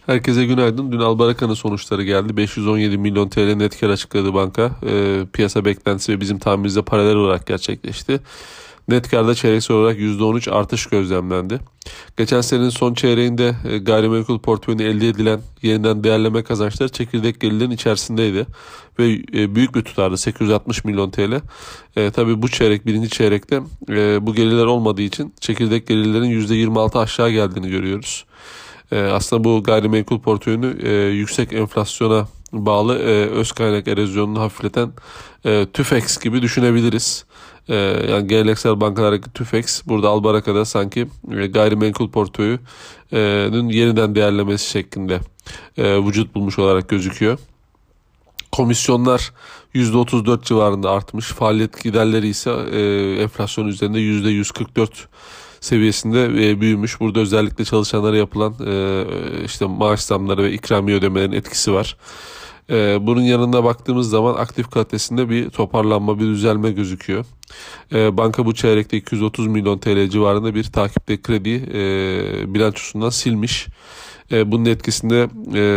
Herkese günaydın. Dün Albaraka'nın sonuçları geldi. 517 milyon TL net kar açıkladı banka. Piyasa beklentisi ve bizim tahminimizle paralel olarak gerçekleşti. Net karda çeyreksel olarak %13 artış gözlemlendi. Geçen senenin son çeyreğinde gayrimenkul portföyünde elde edilen yeniden değerleme kazançları çekirdek gelirlerin içerisindeydi. Ve büyük bir tutardı, 860 milyon TL. Tabii bu çeyrek, birinci çeyrekte bu gelirler olmadığı için çekirdek gelirlerin %26 aşağı geldiğini görüyoruz. Aslında bu gayrimenkul portföyünü yüksek enflasyona bağlı öz kaynak erozyonunu hafifleten TÜFEX gibi düşünebiliriz. Yani geleneksel bankalardaki TÜFEX burada Albaraka'da sanki gayrimenkul portföyünün yeniden değerlemesi şeklinde vücut bulmuş olarak gözüküyor. Komisyonlar %34 civarında artmış. Faaliyet giderleri ise enflasyon üzerinde %144 seviyesinde büyümüş. Burada özellikle çalışanlara yapılan işte maaş zamları ve ikramiye ödemelerin etkisi var. Bunun yanında baktığımız zaman aktif kalitesinde bir toparlanma, bir düzelme gözüküyor. Banka bu çeyrekte 230 milyon TL civarında bir takipte kredi bilançosundan silmiş. Bunun etkisinde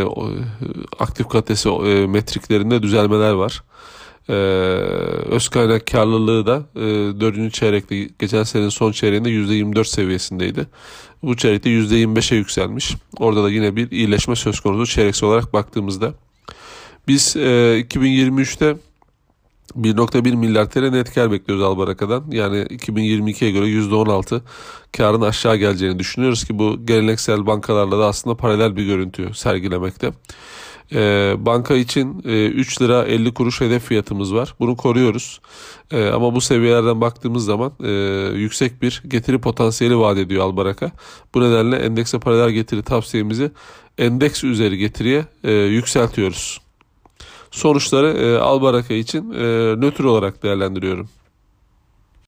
aktif kalitesi metriklerinde düzelmeler var. Öz kaynak karlılığı da 4. çeyrekte geçen senenin son çeyreğinde %24 seviyesindeydi. Bu çeyrekte %25'e yükselmiş. Orada da yine bir iyileşme söz konusu çeyreksel olarak baktığımızda. Biz 2023'te 1,1 milyar TL net kar bekliyoruz Albaraka'dan. Yani 2022'ye göre %16 karın aşağı geleceğini düşünüyoruz ki bu geleneksel bankalarla da aslında paralel bir görüntü sergilemekte. Banka için 3 lira 50 kuruş hedef fiyatımız var. Bunu koruyoruz. Ama bu seviyelerden baktığımız zaman yüksek bir getiri potansiyeli vaat ediyor Albaraka. Bu nedenle endekse paralel getiri tavsiyemizi endeks üzeri getiriye yükseltiyoruz. Sonuçları Albaraka için nötr olarak değerlendiriyorum.